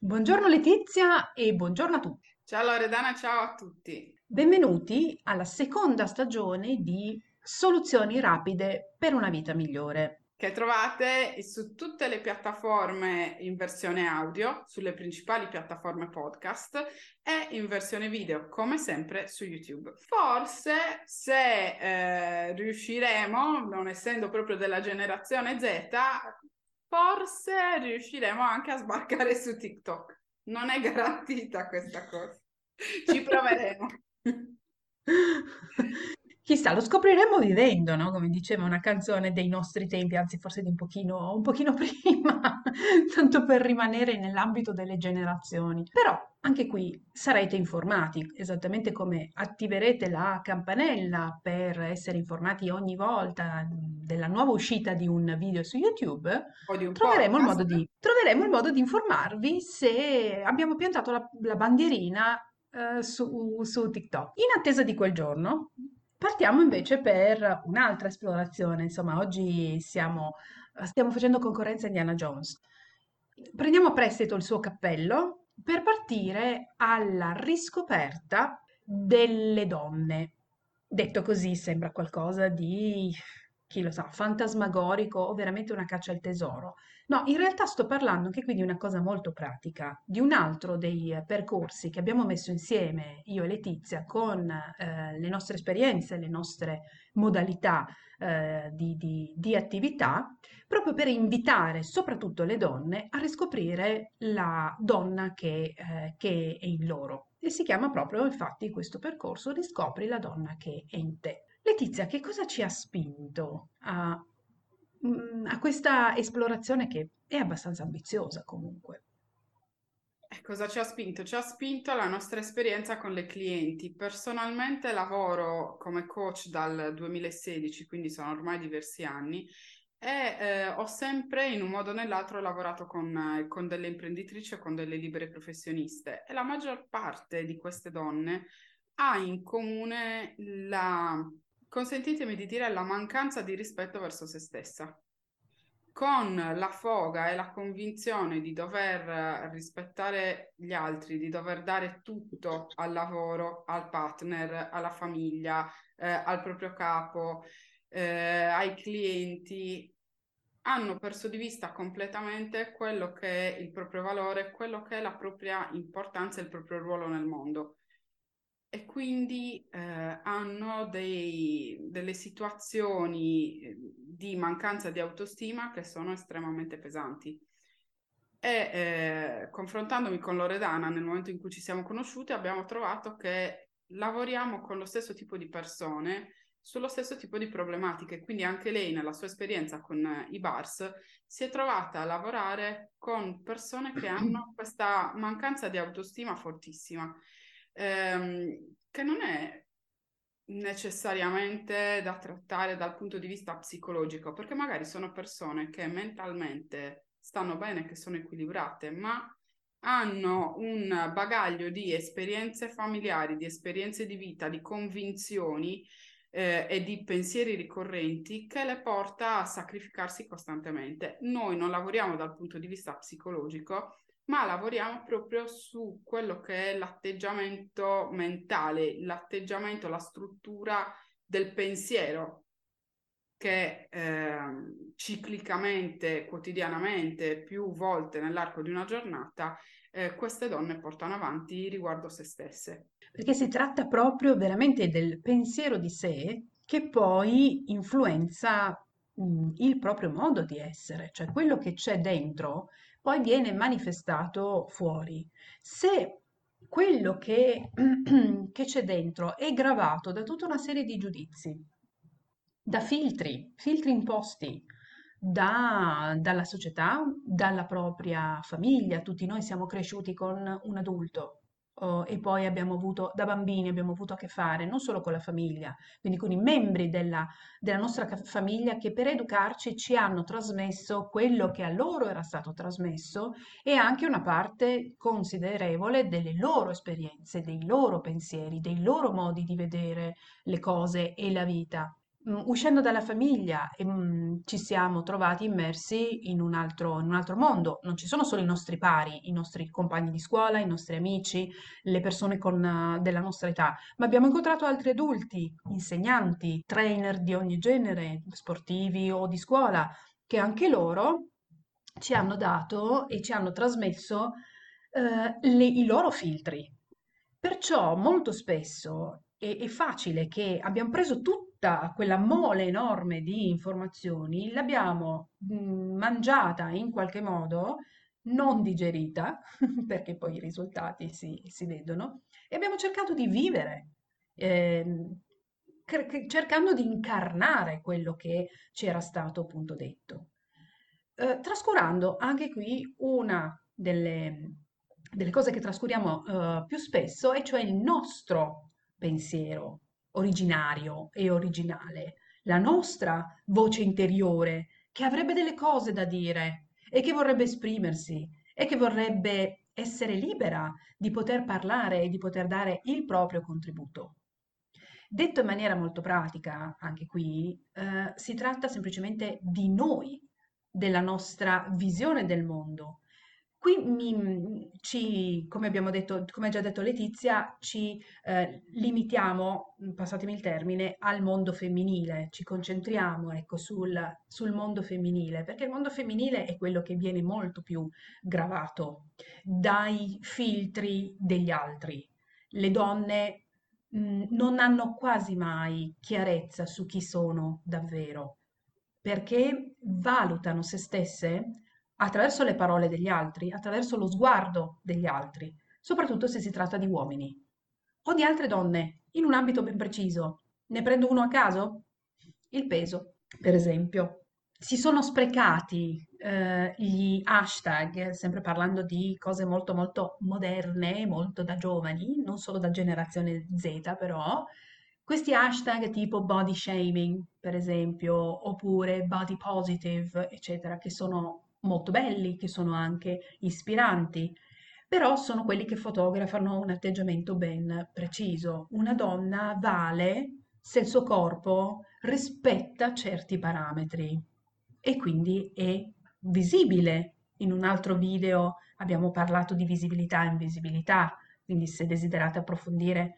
Buongiorno Letizia e buongiorno a tutti. Ciao Loredana, ciao a tutti. Benvenuti alla seconda stagione di Soluzioni rapide per una vita migliore. Che trovate su tutte le piattaforme in versione audio, sulle principali piattaforme podcast e in versione video, come sempre su YouTube. Forse se riusciremo, non essendo proprio della generazione Z, forse riusciremo anche a sbarcare su TikTok. Non è garantita questa cosa. Ci proveremo. Chissà, lo scopriremo vivendo, no? Come diceva una canzone dei nostri tempi, anzi forse di un pochino prima, tanto per rimanere nell'ambito delle generazioni. Però anche qui sarete informati, esattamente come attiverete la campanella per essere informati ogni volta della nuova uscita di un video su YouTube. O di un podcast. Troveremo il modo di informarvi se abbiamo piantato la bandierina su TikTok. In attesa di quel giorno, partiamo invece per un'altra esplorazione. Insomma, oggi stiamo facendo concorrenza a Indiana Jones. Prendiamo a prestito il suo cappello per partire alla riscoperta delle donne. Detto così sembra qualcosa di, chi lo sa, fantasmagorico o veramente una caccia al tesoro. No, in realtà sto parlando anche qui di una cosa molto pratica, di un altro dei percorsi che abbiamo messo insieme io e Letizia con le nostre esperienze, le nostre modalità di attività, proprio per invitare soprattutto le donne a riscoprire la donna che è in loro. E si chiama proprio, infatti, questo percorso Riscopri la donna che è in te. Letizia, che cosa ci ha spinto a questa esplorazione che è abbastanza ambiziosa comunque? Cosa ci ha spinto? Ci ha spinto la nostra esperienza con le clienti. Personalmente lavoro come coach dal 2016, quindi sono ormai diversi anni, e ho sempre in un modo o nell'altro lavorato con delle imprenditrici e con delle libere professioniste e la maggior parte di queste donne ha in comune consentitemi di dire, la mancanza di rispetto verso se stessa con la foga e la convinzione di dover rispettare gli altri, di dover dare tutto al lavoro, al partner, alla famiglia, al proprio capo, ai clienti, hanno perso di vista completamente quello che è il proprio valore, quello che è la propria importanza e il proprio ruolo nel mondo e quindi hanno delle situazioni di mancanza di autostima che sono estremamente pesanti. E confrontandomi con Loredana nel momento in cui ci siamo conosciute, abbiamo trovato che lavoriamo con lo stesso tipo di persone sullo stesso tipo di problematiche. Quindi anche lei, nella sua esperienza con i bars, si è trovata a lavorare con persone che hanno questa mancanza di autostima fortissima, che non è necessariamente da trattare dal punto di vista psicologico, perché magari sono persone che mentalmente stanno bene, che sono equilibrate, ma hanno un bagaglio di esperienze familiari, di esperienze di vita, di convinzioni e di pensieri ricorrenti che le porta a sacrificarsi costantemente. Noi non lavoriamo dal punto di vista psicologico, ma lavoriamo proprio su quello che è l'atteggiamento mentale, l'atteggiamento, la struttura del pensiero che ciclicamente, quotidianamente, più volte nell'arco di una giornata, queste donne portano avanti riguardo se stesse. Perché si tratta proprio veramente del pensiero di sé che poi influenza, il proprio modo di essere, cioè quello che c'è dentro poi viene manifestato fuori. Se quello che c'è dentro è gravato da tutta una serie di giudizi, da filtri imposti dalla società, dalla propria famiglia. Tutti noi siamo cresciuti con un adulto, e poi abbiamo avuto, da bambini abbiamo avuto a che fare non solo con la famiglia, quindi con i membri della nostra famiglia che per educarci ci hanno trasmesso quello che a loro era stato trasmesso e anche una parte considerevole delle loro esperienze, dei loro pensieri, dei loro modi di vedere le cose e la vita. uscendo dalla famiglia ci siamo trovati immersi in un altro mondo. Non ci sono solo i nostri pari, i nostri compagni di scuola, i nostri amici, le persone della nostra età, ma abbiamo incontrato altri adulti, insegnanti, trainer di ogni genere, sportivi o di scuola, che anche loro ci hanno dato e ci hanno trasmesso i loro filtri. Perciò molto spesso è facile che abbiamo preso tutta quella mole enorme di informazioni, l'abbiamo mangiata in qualche modo, non digerita, perché poi i risultati si vedono, e abbiamo cercato di vivere, ehm, cercando di incarnare quello che ci era stato appunto detto. Trascurando anche qui una delle cose che trascuriamo più spesso, e cioè il nostro pensiero originario e originale, la nostra voce interiore che avrebbe delle cose da dire e che vorrebbe esprimersi e che vorrebbe essere libera di poter parlare e di poter dare il proprio contributo. Detto in maniera molto pratica, anche qui, si tratta semplicemente di noi, della nostra visione del mondo. Qui come abbiamo detto, come ha già detto Letizia, ci limitiamo, passatemi il termine, al mondo femminile, ci concentriamo, ecco, sul mondo femminile, perché il mondo femminile è quello che viene molto più gravato dai filtri degli altri. Le donne non hanno quasi mai chiarezza su chi sono davvero, perché valutano se stesse attraverso le parole degli altri, attraverso lo sguardo degli altri, soprattutto se si tratta di uomini o di altre donne, in un ambito ben preciso. Ne prendo uno a caso? Il peso, per esempio. Si sono sprecati gli hashtag, sempre parlando di cose molto molto moderne, molto da giovani, non solo da generazione Z, però, questi hashtag tipo body shaming, per esempio, oppure body positive, eccetera, che sono molto belli, che sono anche ispiranti, però sono quelli che fotografano un atteggiamento ben preciso. Una donna vale se il suo corpo rispetta certi parametri e quindi è visibile. In un altro video abbiamo parlato di visibilità e invisibilità, quindi se desiderate approfondire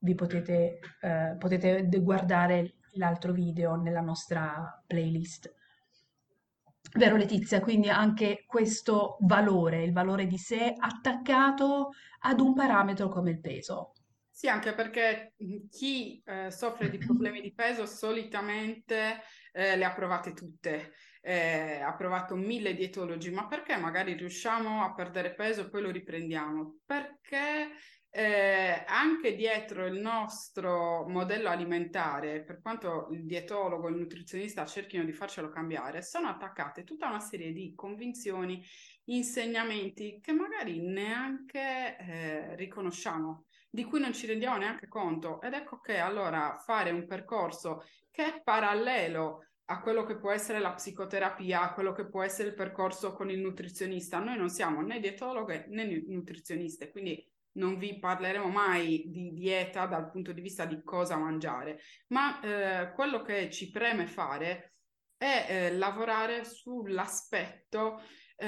potete guardare l'altro video nella nostra playlist. Vero Letizia? Quindi anche questo valore, il valore di sé attaccato ad un parametro come il peso. Sì, anche perché chi soffre di problemi di peso solitamente le ha provate tutte, ha provato mille dietologi, ma perché magari riusciamo a perdere peso e poi lo riprendiamo? Perché anche dietro il nostro modello alimentare, per quanto il dietologo e il nutrizionista cerchino di farcelo cambiare, sono attaccate tutta una serie di convinzioni, insegnamenti che magari neanche riconosciamo, di cui non ci rendiamo neanche conto. Ed ecco che allora fare un percorso che è parallelo a quello che può essere la psicoterapia, a quello che può essere il percorso con il nutrizionista. Noi non siamo né dietologhe né nutrizioniste, quindi non vi parleremo mai di dieta dal punto di vista di cosa mangiare, ma quello che ci preme fare è lavorare sull'aspetto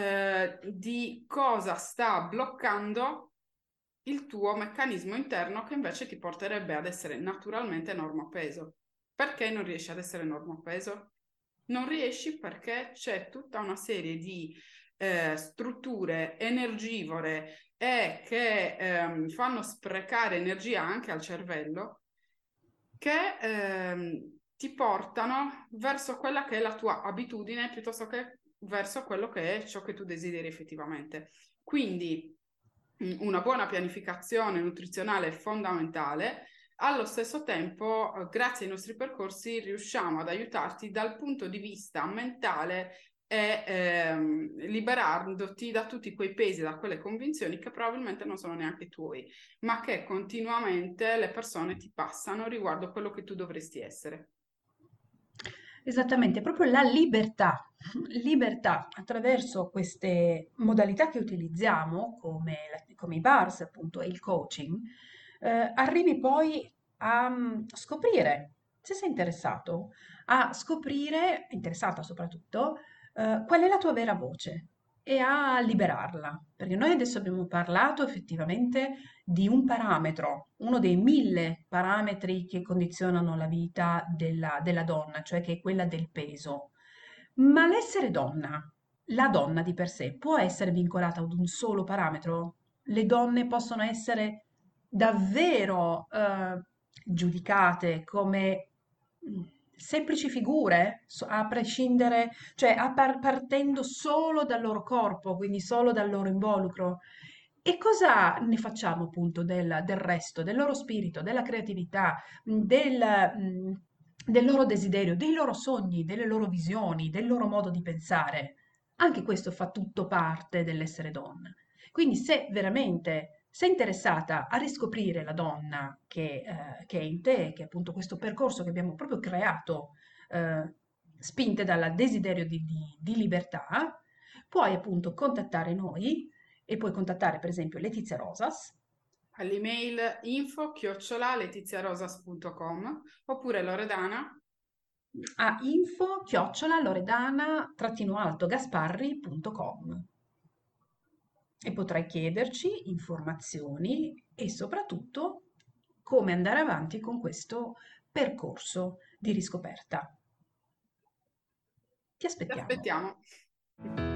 di cosa sta bloccando il tuo meccanismo interno che invece ti porterebbe ad essere naturalmente normopeso. Perché non riesci ad essere normopeso? Non riesci perché c'è tutta una serie di strutture energivore e che fanno sprecare energia anche al cervello che ti portano verso quella che è la tua abitudine piuttosto che verso quello che è ciò che tu desideri effettivamente. Quindi una buona pianificazione nutrizionale è fondamentale. Allo stesso tempo, grazie ai nostri percorsi, riusciamo ad aiutarti dal punto di vista mentale e liberandoti da tutti quei pesi, da quelle convinzioni che probabilmente non sono neanche tuoi, ma che continuamente le persone ti passano riguardo quello che tu dovresti essere. Esattamente, proprio la libertà, libertà attraverso queste modalità che utilizziamo, come i bars, appunto, e il coaching, arrivi poi a scoprire. se sei interessato a scoprire, interessata soprattutto, qual è la tua vera voce e a liberarla. Perché noi adesso abbiamo parlato effettivamente di un parametro, uno dei 1000 parametri che condizionano la vita della donna, cioè che è quella del peso. Ma l'essere donna, la donna di per sé, può essere vincolata ad un solo parametro? Le donne possono essere davvero giudicate come semplici figure, a prescindere, cioè partendo solo dal loro corpo, quindi solo dal loro involucro. E cosa ne facciamo appunto del resto, del loro spirito, della creatività, del loro desiderio, dei loro sogni, delle loro visioni, del loro modo di pensare? Anche questo fa tutto parte dell'essere donna. Quindi se veramente sei interessata a riscoprire la donna che è in te, che è appunto questo percorso che abbiamo proprio creato, spinte dal desiderio di libertà, puoi appunto contattare noi e puoi contattare per esempio Letizia Rosas All'email info@letiziarosas.com oppure Loredana. a info-loredana-gasparri.com e potrai chiederci informazioni e soprattutto come andare avanti con questo percorso di riscoperta. Ti Ti aspettiamo. aspettiamo.